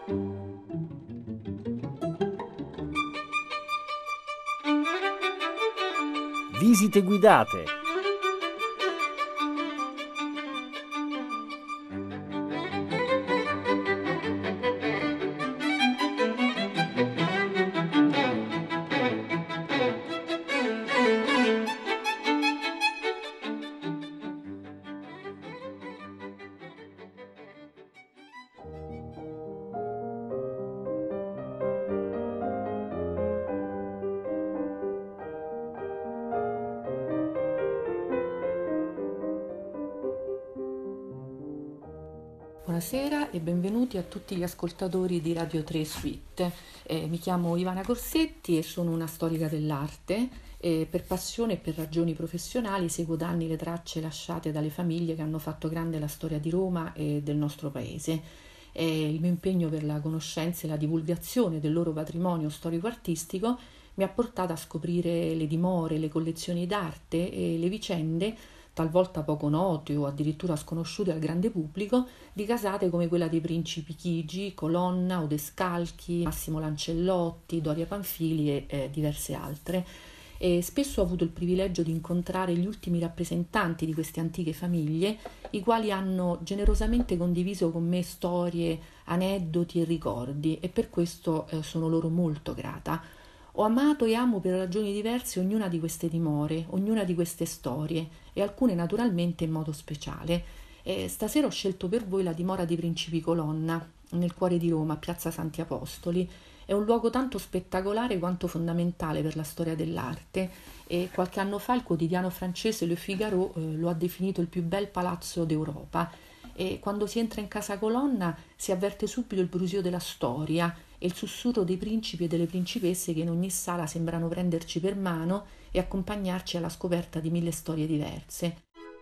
Visite guidate. Buonasera e benvenuti a tutti gli ascoltatori di Radio 3 Suite. Mi chiamo Ivana Corsetti e sono una storica dell'arte e per passione e per ragioni professionali seguo da anni le tracce lasciate dalle famiglie che hanno fatto grande la storia di Roma e del nostro paese. Il mio impegno per la conoscenza e la divulgazione del loro patrimonio storico-artistico mi ha portato a scoprire le dimore, le collezioni d'arte e le vicende talvolta poco note o addirittura sconosciute al grande pubblico, di casate come quella dei principi Chigi, Colonna, Odescalchi, Massimo Lancellotti, Doria Pamphili e diverse altre. E spesso ho avuto il privilegio di incontrare gli ultimi rappresentanti di queste antiche famiglie, i quali hanno generosamente condiviso con me storie, aneddoti e ricordi, e per questo sono loro molto grata. Ho amato e amo per ragioni diverse ognuna di queste dimore, ognuna di queste storie e alcune naturalmente in modo speciale. Stasera ho scelto per voi la dimora dei Principi Colonna, nel cuore di Roma, a Piazza Santi Apostoli. È un luogo tanto spettacolare quanto fondamentale per la storia dell'arte e qualche anno fa il quotidiano francese Le Figaro lo ha definito il più bel palazzo d'Europa. E quando si entra in casa Colonna si avverte subito il brusio della storia e il sussurro dei principi e delle principesse che in ogni sala sembrano prenderci per mano e accompagnarci alla scoperta di mille storie diverse.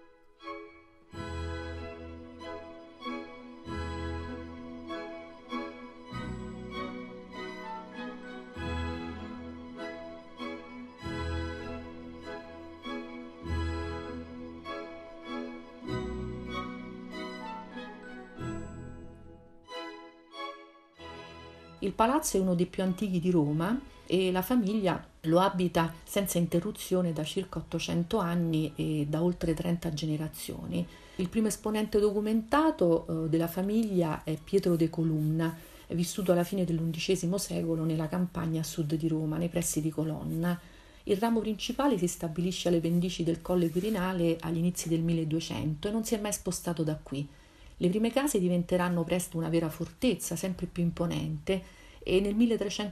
Il palazzo è uno dei più antichi di Roma e la famiglia lo abita senza interruzione da circa 800 anni e da oltre 30 generazioni. Il primo esponente documentato della famiglia è Pietro de Columna, vissuto alla fine dell'undicesimo secolo nella campagna a sud di Roma, nei pressi di Colonna. Il ramo principale si stabilisce alle pendici del Colle Quirinale agli inizi del 1200 e non si è mai spostato da qui. Le prime case diventeranno presto una vera fortezza, sempre più imponente, e nel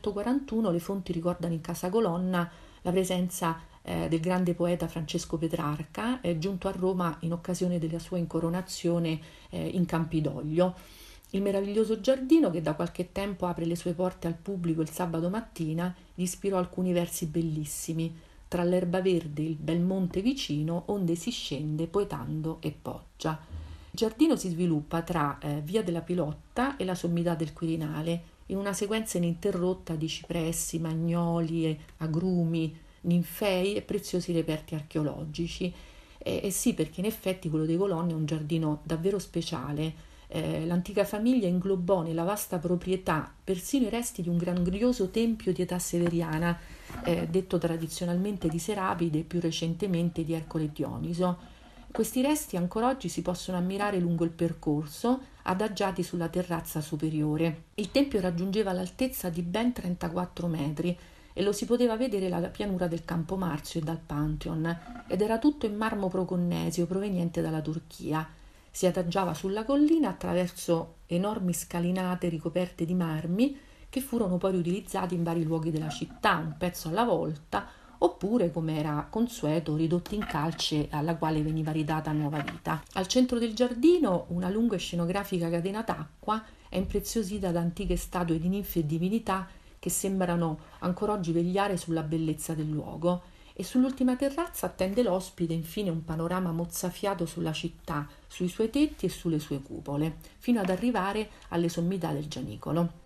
1341 le fonti ricordano in Casa Colonna la presenza del grande poeta Francesco Petrarca, giunto a Roma in occasione della sua incoronazione in Campidoglio. Il meraviglioso giardino, che da qualche tempo apre le sue porte al pubblico il sabato mattina, gli ispirò alcuni versi bellissimi: tra l'erba verde il bel monte vicino, onde si scende poetando e poggia. Il giardino si sviluppa tra Via della Pilotta e la sommità del Quirinale, in una sequenza ininterrotta di cipressi, magnoli, agrumi, ninfei e preziosi reperti archeologici. E sì, perché in effetti quello dei Colonni è un giardino davvero speciale. L'antica famiglia inglobò nella vasta proprietà persino i resti di un grandioso tempio di età severiana, detto tradizionalmente di Serapide e più recentemente di Ercole Dioniso. Questi resti ancora oggi si possono ammirare lungo il percorso, adagiati sulla terrazza superiore. Il tempio raggiungeva l'altezza di ben 34 metri e lo si poteva vedere dalla pianura del Campo Marzio e dal Pantheon, ed era tutto in marmo proconnesio proveniente dalla Turchia. Si adagiava sulla collina attraverso enormi scalinate ricoperte di marmi che furono poi riutilizzati in vari luoghi della città, un pezzo alla volta, oppure, come era consueto, ridotti in calce alla quale veniva ridata nuova vita. Al centro del giardino una lunga e scenografica catena d'acqua è impreziosita da antiche statue di ninfe e divinità che sembrano ancora oggi vegliare sulla bellezza del luogo. E sull'ultima terrazza attende l'ospite infine un panorama mozzafiato sulla città, sui suoi tetti e sulle sue cupole, fino ad arrivare alle sommità del Gianicolo.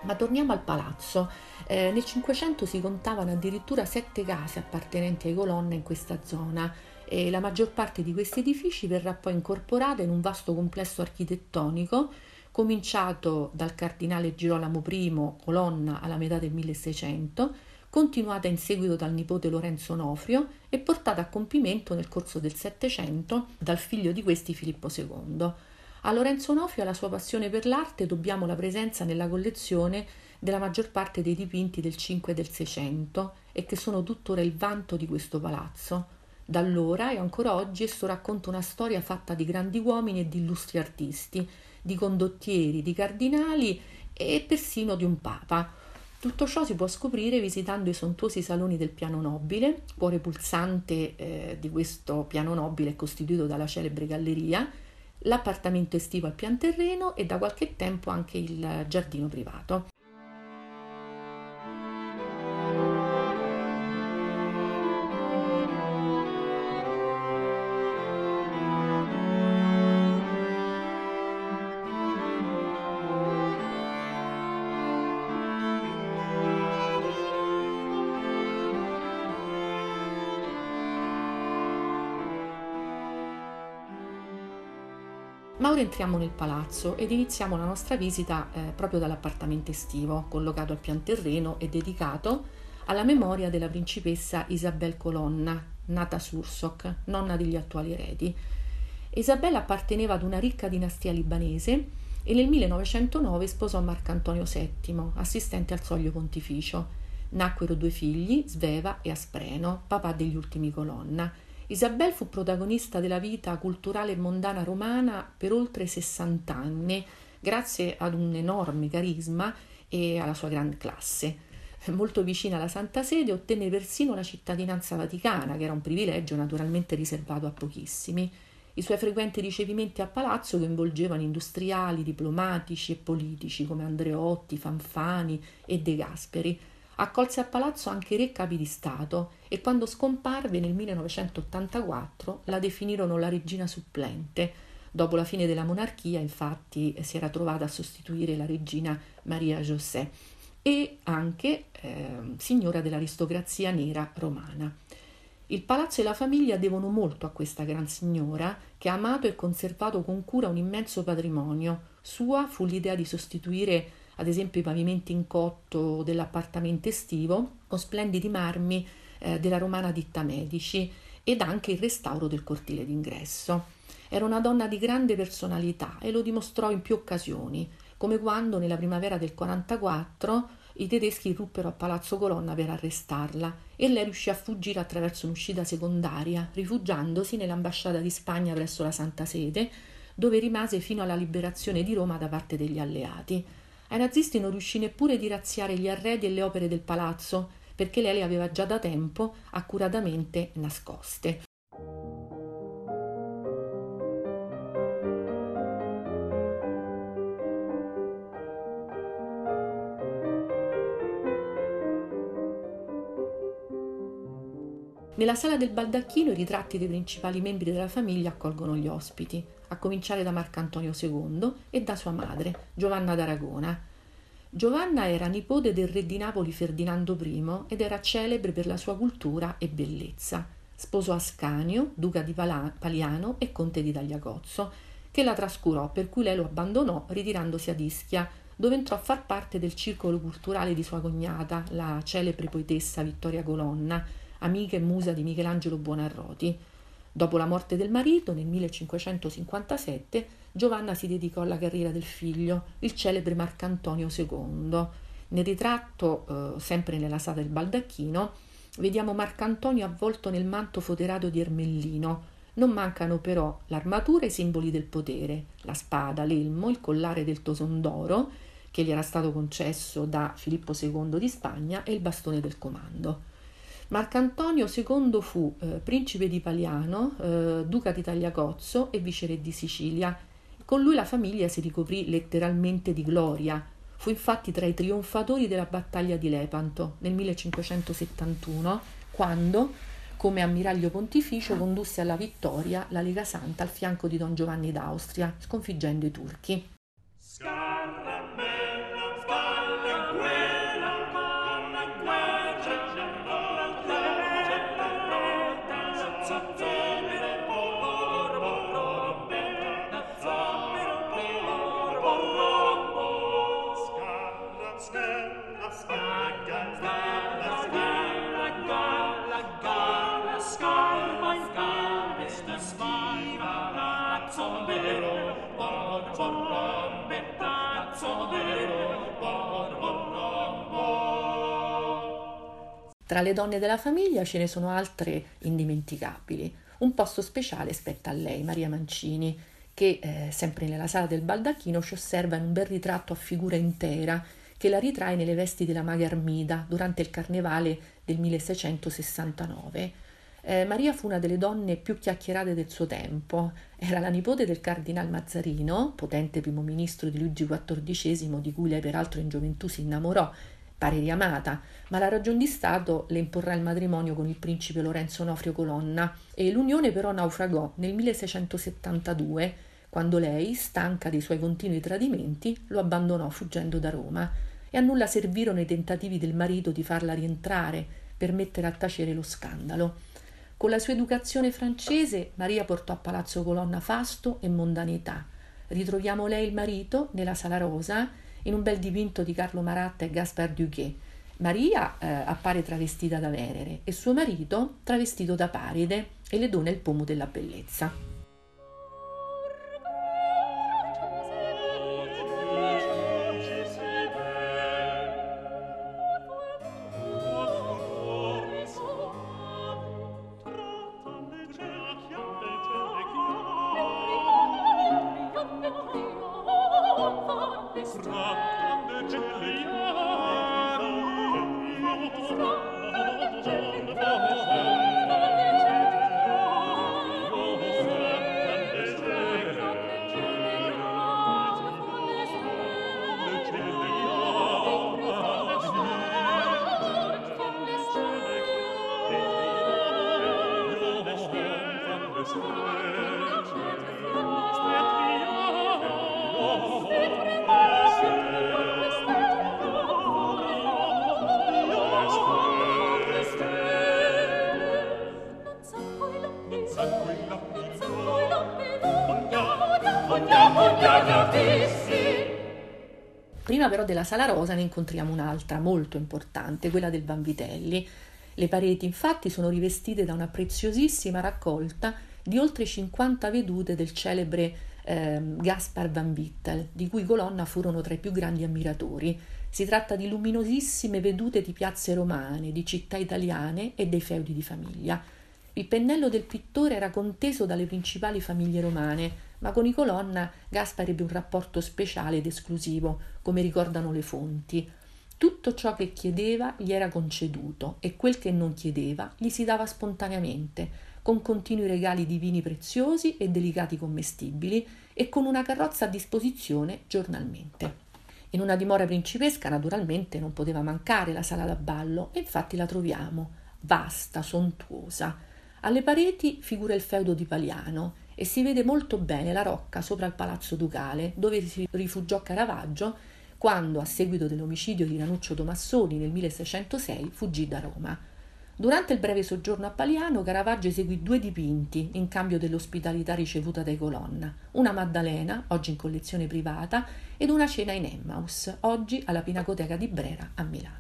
Ma torniamo al palazzo. Nel Cinquecento si contavano addirittura 7 case appartenenti ai Colonna in questa zona e la maggior parte di questi edifici verrà poi incorporata in un vasto complesso architettonico cominciato dal cardinale Girolamo I Colonna alla metà del 1600, continuata in seguito dal nipote Lorenzo Onofrio e portata a compimento nel corso del Settecento dal figlio di questi Filippo II. A Lorenzo Onofrio e alla sua passione per l'arte dobbiamo la presenza nella collezione della maggior parte dei dipinti del 5 e del 600 e che sono tuttora il vanto di questo palazzo. Da allora e ancora oggi esso racconta una storia fatta di grandi uomini e di illustri artisti, di condottieri, di cardinali e persino di un papa. Tutto ciò si può scoprire visitando i sontuosi saloni del piano nobile. Cuore pulsante di questo piano nobile è costituito dalla celebre galleria, l'appartamento estivo al pian terreno e da qualche tempo anche il giardino privato. Ma ora entriamo nel palazzo ed iniziamo la nostra visita proprio dall'appartamento estivo, collocato al pian terreno e dedicato alla memoria della principessa Isabel Colonna, nata Sursock, nonna degli attuali eredi. Isabella apparteneva ad una ricca dinastia libanese e nel 1909 sposò Marcantonio VII, assistente al soglio pontificio. Nacquero 2 figli, Sveva e Aspreno, papà degli ultimi Colonna. Isabel fu protagonista della vita culturale e mondana romana per oltre 60 anni, grazie ad un enorme carisma e alla sua grande classe. Molto vicina alla Santa Sede, ottenne persino la cittadinanza vaticana, che era un privilegio naturalmente riservato a pochissimi. I suoi frequenti ricevimenti a palazzo coinvolgevano industriali, diplomatici e politici come Andreotti, Fanfani e De Gasperi. Accolse a palazzo anche 3 capi di Stato e quando scomparve nel 1984 la definirono la regina supplente. Dopo la fine della monarchia, infatti, si era trovata a sostituire la regina Maria José e anche signora dell'aristocrazia nera romana. Il palazzo e la famiglia devono molto a questa gran signora che ha amato e conservato con cura un immenso patrimonio. Sua fu l'idea di sostituire ad esempio i pavimenti in cotto dell'appartamento estivo con splendidi marmi della romana ditta Medici ed anche il restauro del cortile d'ingresso. Era una donna di grande personalità e lo dimostrò in più occasioni, come quando nella primavera del 44 i tedeschi irruppero a Palazzo Colonna per arrestarla e lei riuscì a fuggire attraverso un'uscita secondaria, rifugiandosi nell'ambasciata di Spagna presso la Santa Sede, dove rimase fino alla liberazione di Roma da parte degli alleati. Ai nazisti non riuscì neppure di razziare gli arredi e le opere del palazzo, perché lei le aveva già da tempo accuratamente nascoste. Nella sala del baldacchino i ritratti dei principali membri della famiglia accolgono gli ospiti, a cominciare da Marcantonio II e da sua madre, Giovanna d'Aragona. Giovanna era nipote del re di Napoli Ferdinando I ed era celebre per la sua cultura e bellezza. Sposò Ascanio, duca di Paliano e conte di Tagliacozzo, che la trascurò, per cui lei lo abbandonò ritirandosi ad Ischia, dove entrò a far parte del circolo culturale di sua cognata, la celebre poetessa Vittoria Colonna, amica e musa di Michelangelo Buonarroti. Dopo la morte del marito, nel 1557, Giovanna si dedicò alla carriera del figlio, il celebre Marcantonio II. Nel ritratto, sempre nella sala del baldacchino, vediamo Marcantonio avvolto nel manto foderato di ermellino. Non mancano però l'armatura e i simboli del potere, la spada, l'elmo, il collare del toson d'oro, che gli era stato concesso da Filippo II di Spagna, e il bastone del comando. Marcantonio II fu principe di Paliano, duca di Tagliacozzo e viceré di Sicilia. Con lui la famiglia si ricoprì letteralmente di gloria. Fu infatti tra i trionfatori della battaglia di Lepanto nel 1571, quando, come ammiraglio pontificio, condusse alla vittoria la Lega Santa al fianco di Don Giovanni d'Austria, sconfiggendo i turchi. Scaramella, Tra le donne della famiglia ce ne sono altre indimenticabili. Un posto speciale spetta a lei, Maria Mancini, che sempre nella sala del baldacchino ci osserva in un bel ritratto a figura intera che la ritrae nelle vesti della maga Armida durante il carnevale del 1669. Maria fu una delle donne più chiacchierate del suo tempo. Era la nipote del cardinal Mazzarino, potente primo ministro di Luigi XIV, di cui lei peraltro in gioventù si innamorò, pare riamata, ma la ragion di Stato le imporrà il matrimonio con il principe Lorenzo Onofrio Colonna e l'unione però naufragò nel 1672, quando lei, stanca dei suoi continui tradimenti, lo abbandonò fuggendo da Roma, e a nulla servirono i tentativi del marito di farla rientrare per mettere a tacere lo scandalo. Con la sua educazione francese, Maria portò a Palazzo Colonna fasto e mondanità. Ritroviamo lei e il marito nella Sala Rosa, in un bel dipinto di Carlo Maratta e Gaspard Duquet. Maria appare travestita da Venere e suo marito travestito da Paride, e le dona il pomo della bellezza. Prima però della Sala Rosa ne incontriamo un'altra molto importante, quella del Vanvitelli. Le pareti infatti sono rivestite da una preziosissima raccolta di oltre 50 vedute del celebre Gaspar van Vittel, di cui Colonna furono tra i più grandi ammiratori. Si tratta di luminosissime vedute di piazze romane, di città italiane e dei feudi di famiglia. Il pennello del pittore era conteso dalle principali famiglie romane, ma con i Colonna Gaspar ebbe un rapporto speciale ed esclusivo, come ricordano le fonti. Tutto ciò che chiedeva gli era conceduto e quel che non chiedeva gli si dava spontaneamente, con continui regali di vini preziosi e delicati commestibili e con una carrozza a disposizione giornalmente. In una dimora principesca naturalmente non poteva mancare la sala da ballo, e infatti la troviamo, vasta, sontuosa. Alle pareti figura il feudo di Paliano e si vede molto bene la rocca sopra il Palazzo Ducale, dove si rifugiò Caravaggio quando, a seguito dell'omicidio di Ranuccio Tomassoni nel 1606, fuggì da Roma. Durante il breve soggiorno a Paliano, Caravaggio eseguì 2 dipinti in cambio dell'ospitalità ricevuta dai Colonna: una Maddalena, oggi in collezione privata, ed una cena in Emmaus, oggi alla Pinacoteca di Brera a Milano.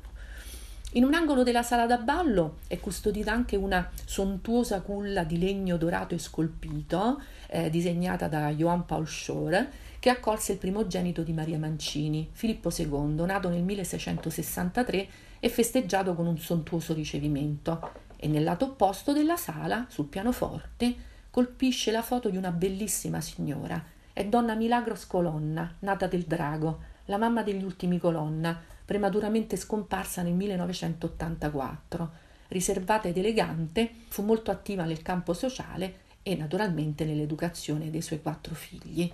In un angolo della sala da ballo è custodita anche una sontuosa culla di legno dorato e scolpito, disegnata da Johann Paul Schor, che accolse il primogenito di Maria Mancini, Filippo II, nato nel 1663 e festeggiato con un sontuoso ricevimento. E nel lato opposto della sala, sul pianoforte, colpisce la foto di una bellissima signora. È donna Milagros Colonna, nata del Drago, la mamma degli ultimi Colonna, prematuramente scomparsa nel 1984. Riservata ed elegante, fu molto attiva nel campo sociale e naturalmente nell'educazione dei suoi 4 figli.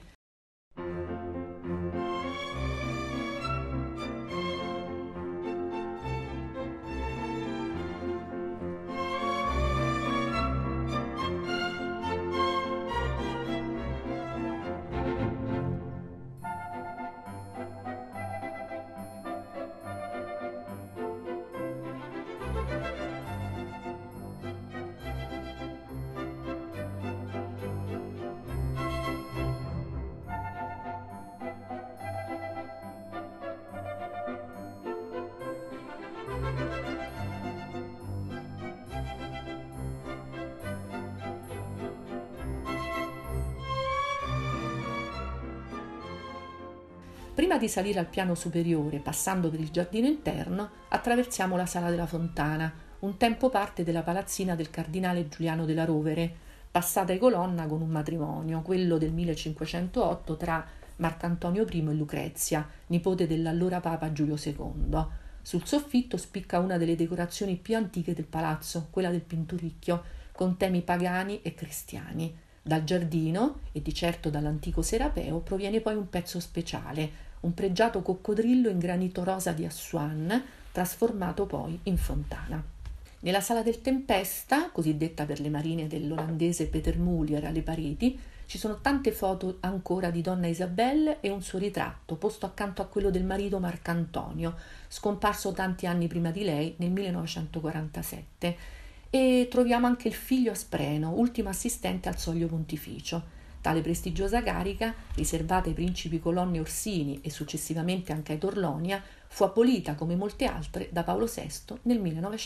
Prima di salire al piano superiore, passando per il giardino interno, attraversiamo la Sala della Fontana, un tempo parte della palazzina del cardinale Giuliano della Rovere, passata ai Colonna con un matrimonio, quello del 1508 tra Marcantonio I e Lucrezia, nipote dell'allora Papa Giulio II. Sul soffitto spicca una delle decorazioni più antiche del palazzo, quella del Pinturicchio, con temi pagani e cristiani. Dal giardino, e di certo dall'antico Serapeo, proviene poi un pezzo speciale, un pregiato coccodrillo in granito rosa di Assuan, trasformato poi in fontana. Nella sala del Tempesta, cosiddetta per le marine dell'olandese Peter Mulier alle pareti, ci sono tante foto ancora di donna Isabelle e un suo ritratto, posto accanto a quello del marito Marcantonio, scomparso tanti anni prima di lei, nel 1947. E troviamo anche il figlio Aspreno, ultimo assistente al soglio pontificio. Tale prestigiosa carica, riservata ai principi Colonna e Orsini e successivamente anche ai Torlonia, fu abolita come molte altre da Paolo VI nel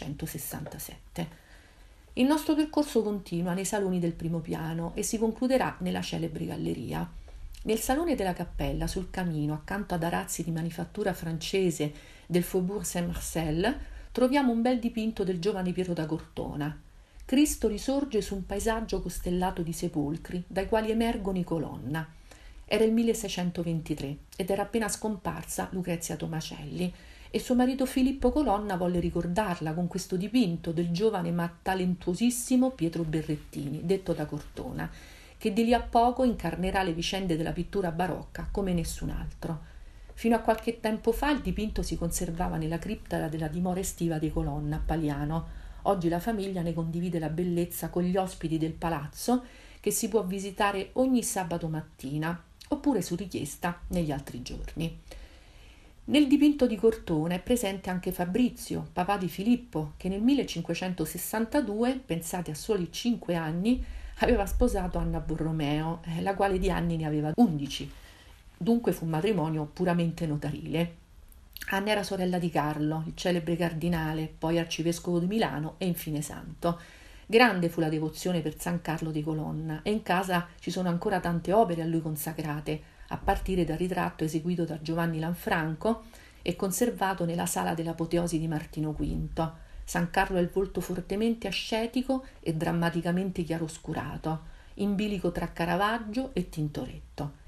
1967. Il nostro percorso continua nei saloni del primo piano e si concluderà nella celebre galleria. Nel salone della cappella, sul camino, accanto ad arazzi di manifattura francese del Faubourg Saint-Marcel, troviamo un bel dipinto del giovane Piero da Cortona. Cristo risorge su un paesaggio costellato di sepolcri, dai quali emergono i Colonna. Era il 1623 ed era appena scomparsa Lucrezia Tomacelli e suo marito Filippo Colonna volle ricordarla con questo dipinto del giovane ma talentuosissimo Pietro Berrettini, detto da Cortona, che di lì a poco incarnerà le vicende della pittura barocca come nessun altro. Fino a qualche tempo fa il dipinto si conservava nella cripta della dimora estiva dei Colonna a Paliano. Oggi la famiglia ne condivide la bellezza con gli ospiti del palazzo, che si può visitare ogni sabato mattina oppure su richiesta negli altri giorni. Nel dipinto di Cortona è presente anche Fabrizio, papà di Filippo, che nel 1562, pensate a soli 5 anni, aveva sposato Anna Borromeo, la quale di anni ne aveva 11. Dunque fu un matrimonio puramente notarile. Anna era sorella di Carlo, il celebre cardinale, poi arcivescovo di Milano e infine santo. Grande fu la devozione per San Carlo di Colonna e in casa ci sono ancora tante opere a lui consacrate, a partire dal ritratto eseguito da Giovanni Lanfranco e conservato nella sala dell'apoteosi di Martino V. San Carlo ha il volto fortemente ascetico e drammaticamente chiaroscurato, in bilico tra Caravaggio e Tintoretto.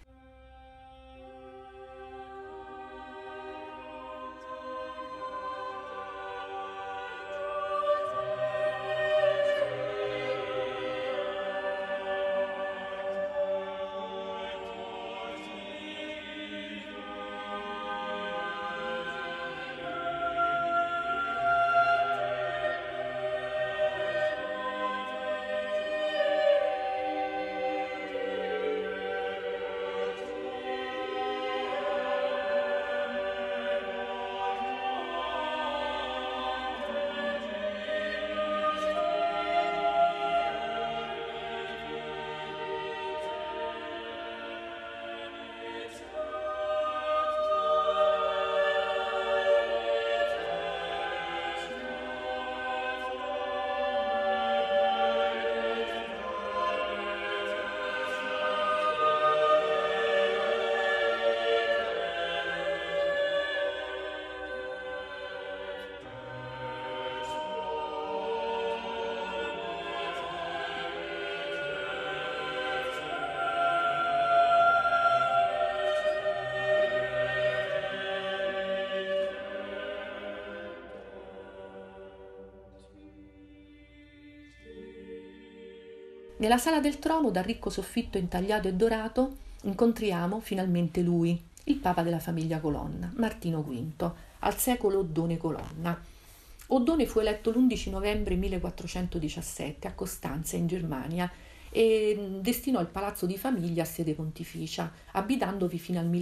Nella sala del trono, dal ricco soffitto intagliato e dorato, incontriamo finalmente lui, il papa della famiglia Colonna, Martino V, al secolo Oddone Colonna. Oddone fu eletto l'11 novembre 1417 a Costanza, in Germania, e destinò il palazzo di famiglia a sede pontificia, abitandovi fino al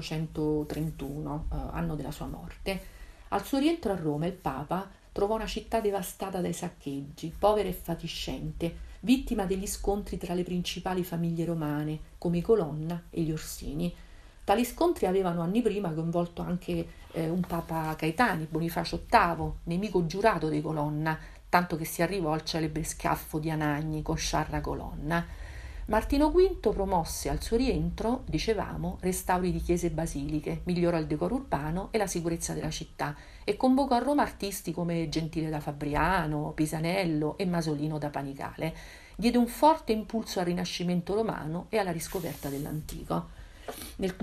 1431, anno della sua morte. Al suo rientro a Roma, il papa trovò una città devastata dai saccheggi, povera e fatiscente, vittima degli scontri tra le principali famiglie romane, come i Colonna e gli Orsini. Tali scontri avevano anni prima coinvolto anche un papa Caetani, Bonifacio VIII, nemico giurato dei Colonna, tanto che si arrivò al celebre schiaffo di Anagni con Sciarra Colonna. Martino V promosse al suo rientro, dicevamo, restauri di chiese e basiliche, migliorò il decoro urbano e la sicurezza della città e convocò a Roma artisti come Gentile da Fabriano, Pisanello e Masolino da Panicale. Diede un forte impulso al Rinascimento romano e alla riscoperta dell'antico. Nel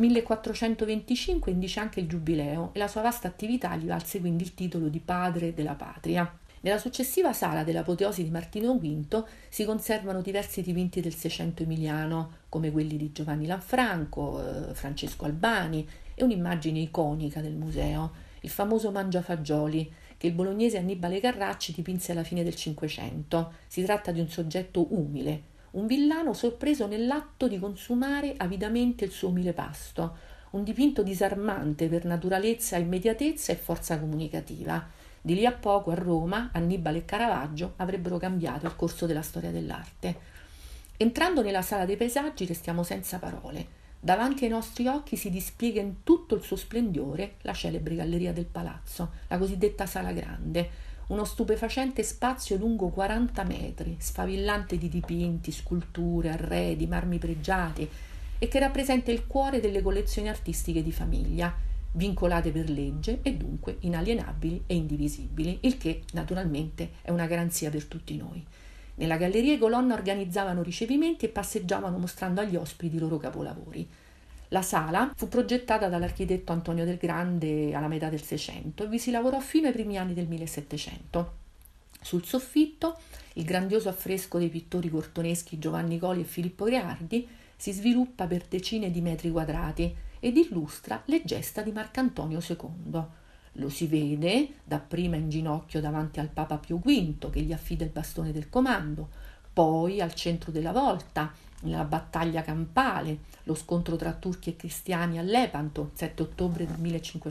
1425 indice anche il Giubileo e la sua vasta attività gli valse quindi il titolo di padre della patria. Nella successiva sala dell'apoteosi di Martino V si conservano diversi dipinti del Seicento emiliano, come quelli di Giovanni Lanfranco, Francesco Albani e un'immagine iconica del museo, il famoso Mangiafagioli, che il bolognese Annibale Carracci dipinse alla fine del Cinquecento. Si tratta di un soggetto umile, un villano sorpreso nell'atto di consumare avidamente il suo umile pasto, un dipinto disarmante per naturalezza, immediatezza e forza comunicativa. Di lì a poco a Roma Annibale e Caravaggio avrebbero cambiato il corso della storia dell'arte. Entrando nella sala dei paesaggi restiamo senza parole. Davanti ai nostri occhi si dispiega in tutto il suo splendore la celebre galleria del palazzo, la cosiddetta Sala Grande, uno stupefacente spazio lungo 40 metri, sfavillante di dipinti, sculture, arredi, marmi pregiati e che rappresenta il cuore delle collezioni artistiche di famiglia, vincolate per legge e dunque inalienabili e indivisibili, il che naturalmente è una garanzia per tutti noi. Nella galleria i Colonna organizzavano ricevimenti e passeggiavano mostrando agli ospiti i loro capolavori. La sala fu progettata dall'architetto Antonio del Grande alla metà del Seicento e vi si lavorò fino ai primi anni del 1700. Sul soffitto il grandioso affresco dei pittori cortoneschi Giovanni Coli e Filippo Gherardi si sviluppa per decine di metri quadrati ed illustra le gesta di Marcantonio II. Lo si vede dapprima in ginocchio davanti al Papa Pio V che gli affida il bastone del comando, poi al centro della volta, nella battaglia campale, lo scontro tra turchi e cristiani a Lepanto, 7 ottobre del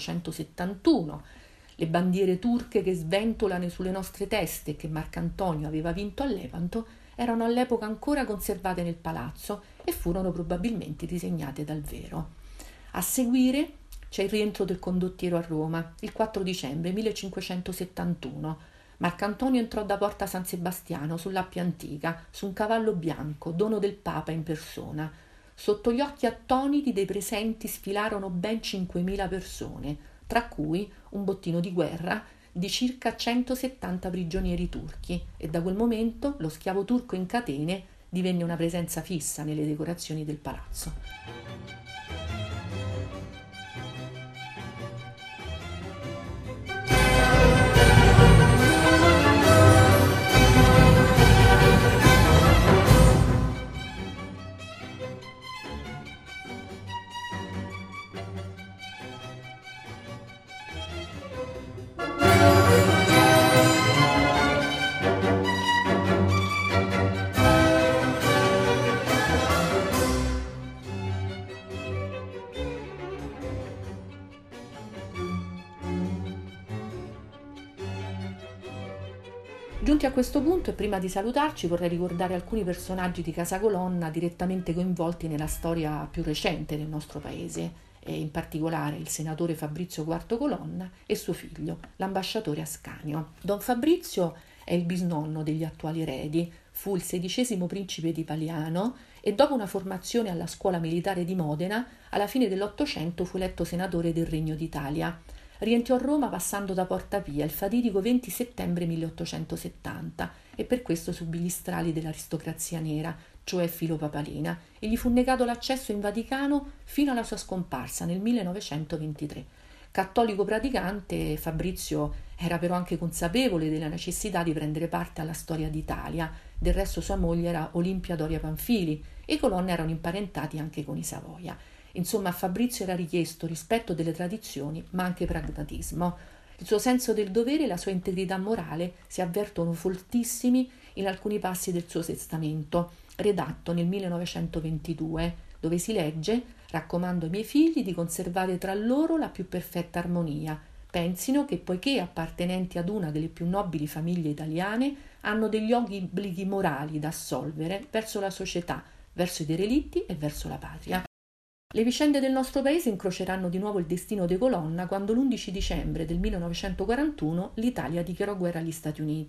1571, le bandiere turche che sventolano sulle nostre teste e che Marcantonio aveva vinto a Lepanto erano all'epoca ancora conservate nel palazzo e furono probabilmente disegnate dal vero. A seguire c'è il rientro del condottiero a Roma, il 4 dicembre 1571. Marcantonio entrò da Porta San Sebastiano sull'Appia Antica, su un cavallo bianco, dono del Papa in persona. Sotto gli occhi attoniti dei presenti sfilarono ben 5.000 persone, tra cui un bottino di guerra di circa 170 prigionieri turchi, e da quel momento lo schiavo turco in catene divenne una presenza fissa nelle decorazioni del palazzo. Giunti a questo punto e prima di salutarci vorrei ricordare alcuni personaggi di Casa Colonna direttamente coinvolti nella storia più recente del nostro paese, e in particolare il senatore Fabrizio IV Colonna e suo figlio, l'ambasciatore Ascanio. Don Fabrizio è il bisnonno degli attuali eredi, fu il 16° principe di Paliano e dopo una formazione alla scuola militare di Modena, alla fine dell'Ottocento fu eletto senatore del Regno d'Italia. Rientrò a Roma passando da Porta Pia il fatidico 20 settembre 1870 e per questo subì gli strali dell'aristocrazia nera, cioè filopapalina, e gli fu negato l'accesso in Vaticano fino alla sua scomparsa nel 1923. Cattolico praticante, Fabrizio era però anche consapevole della necessità di prendere parte alla storia d'Italia. Del resto sua moglie era Olimpia Doria Pamphili e i Colonna erano imparentati anche con i Savoia. Insomma, a Fabrizio era richiesto rispetto delle tradizioni, ma anche pragmatismo. Il suo senso del dovere e la sua integrità morale si avvertono fortissimi in alcuni passi del suo testamento, redatto nel 1922, dove si legge: «Raccomando ai miei figli di conservare tra loro la più perfetta armonia. Pensino che, poiché appartenenti ad una delle più nobili famiglie italiane, hanno degli obblighi morali da assolvere verso la società, verso i derelitti e verso la patria». Le vicende del nostro paese incroceranno di nuovo il destino dei Colonna quando l'11 dicembre del 1941 l'Italia dichiarò guerra agli Stati Uniti.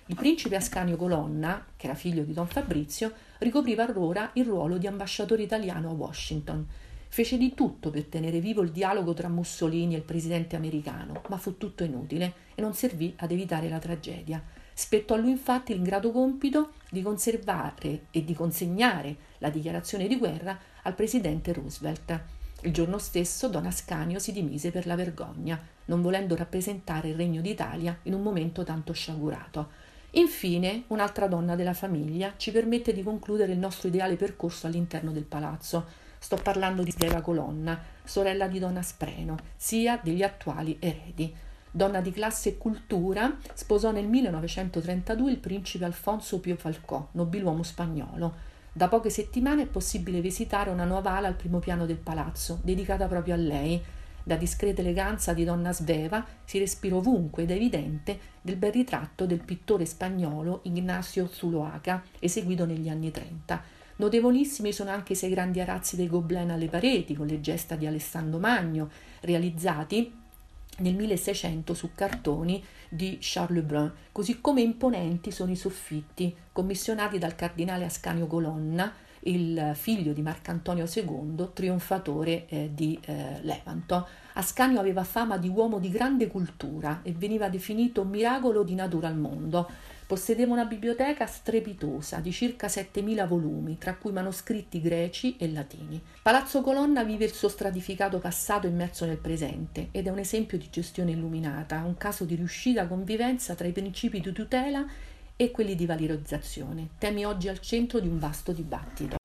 Il principe Ascanio Colonna, che era figlio di Don Fabrizio, ricopriva allora il ruolo di ambasciatore italiano a Washington. Fece di tutto per tenere vivo il dialogo tra Mussolini e il presidente americano, ma fu tutto inutile e non servì ad evitare la tragedia. Spettò a lui infatti il ingrato compito di conservare e di consegnare la dichiarazione di guerra al presidente Roosevelt. Il giorno stesso Don Ascanio si dimise per la vergogna, non volendo rappresentare il Regno d'Italia in un momento tanto sciagurato. Infine, un'altra donna della famiglia ci permette di concludere il nostro ideale percorso all'interno del palazzo. Sto parlando di Sveva Colonna, sorella di Don Aspreno, sia degli attuali eredi. Donna di classe e cultura, sposò nel 1932 il principe Alfonso Pio Falcò, nobiluomo spagnolo. Da poche settimane è possibile visitare una nuova ala al primo piano del palazzo, dedicata proprio a lei. Da discreta eleganza di donna Sveva si respira ovunque ed è evidente del bel ritratto del pittore spagnolo Ignacio Zuloaga, eseguito negli anni 30. Notevolissimi sono anche i 6 grandi arazzi dei Gobelins alle pareti, con le gesta di Alessandro Magno, realizzati nel 1600 su cartoni di Charles Lebrun, così come imponenti sono i soffitti, commissionati dal cardinale Ascanio Colonna, il figlio di Marcantonio II, trionfatore di Levanto. Ascanio aveva fama di uomo di grande cultura e veniva definito un miracolo di natura al mondo. Possedeva una biblioteca strepitosa di circa 7.000 volumi, tra cui manoscritti greci e latini. Palazzo Colonna vive il suo stratificato passato immerso nel presente ed è un esempio di gestione illuminata, un caso di riuscita convivenza tra i principi di tutela e quelli di valorizzazione, temi oggi al centro di un vasto dibattito.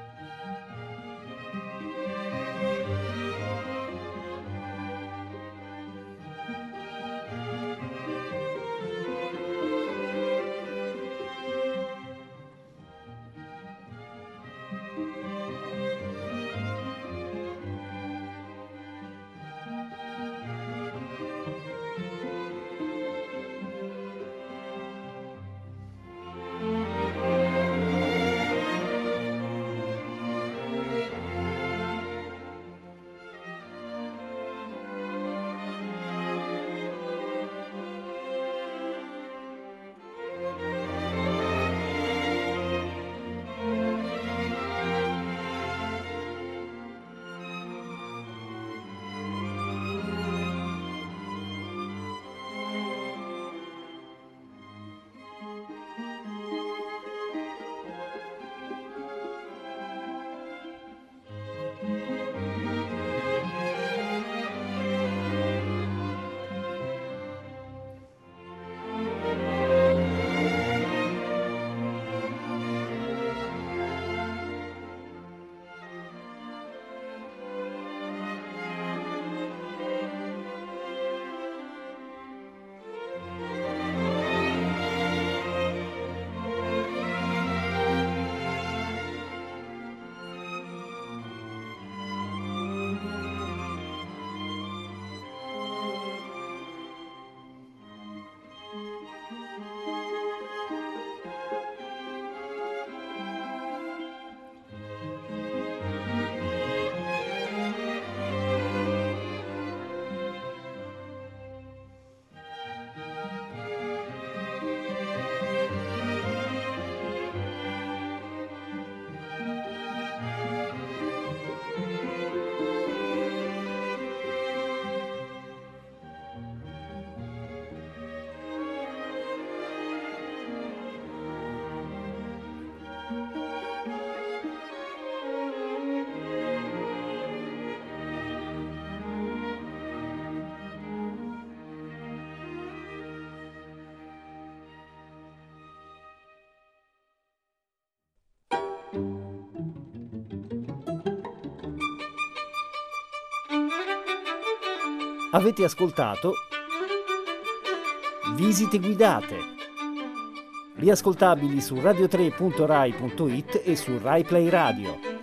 Avete ascoltato Visite guidate, riascoltabili su radio3.rai.it e su Rai Play Radio.